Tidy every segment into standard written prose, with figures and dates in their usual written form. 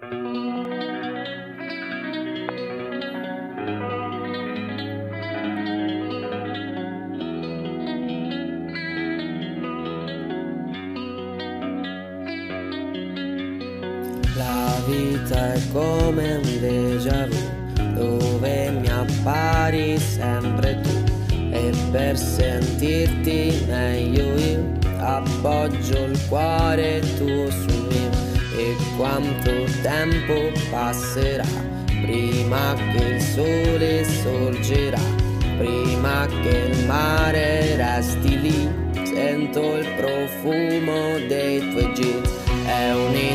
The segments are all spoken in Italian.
La vita è come un déjà vu, dove mi appari sempre tu, e per sentirti meglio io appoggio il cuore tuo sul mio. E quanto tempo passerà prima che il sole sorgerà, prima che il mare resti lì. Sento il profumo dei tuoi jeans, è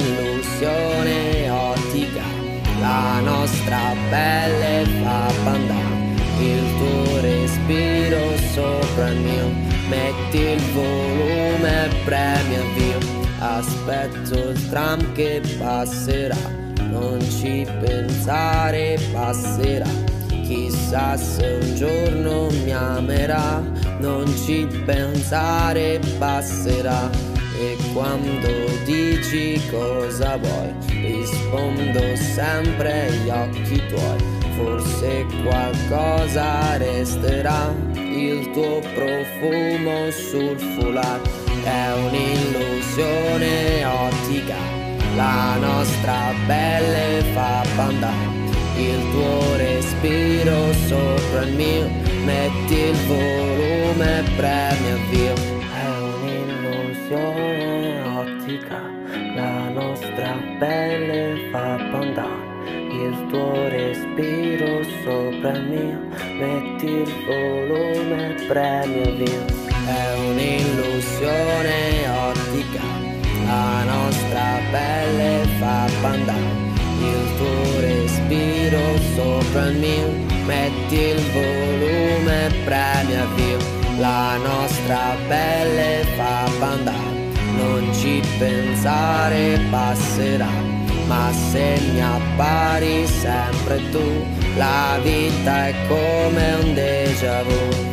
un'illusione ottica, la nostra pelle fa pandan, il tuo respiro sopra il mio, metti il volume e premi avvio. Aspetto il tram che passerà, non ci pensare, passerà. Chissà se un giorno mi amerà, non ci pensare, passerà. E quando dici cosa vuoi, rispondo sempre agli occhi tuoi. Forse qualcosa resterà, il tuo profumo sul foulard. È un'illusione ottica, la nostra pelle fa pandan, il tuo respiro sopra il mio, metti il volume e premi avvio. È un'illusione ottica, la nostra pelle fa pandan, il tuo respiro sopra il mio, metti il volume e premi avvio. È un'illusione ottica, la nostra pelle fa pandan, il tuo respiro sopra il mio, metti il volume e premi avvio. La nostra pelle fa pandan, non ci pensare, passerà. Ma se mi appari sempre tu, la vita è come un déjà vu.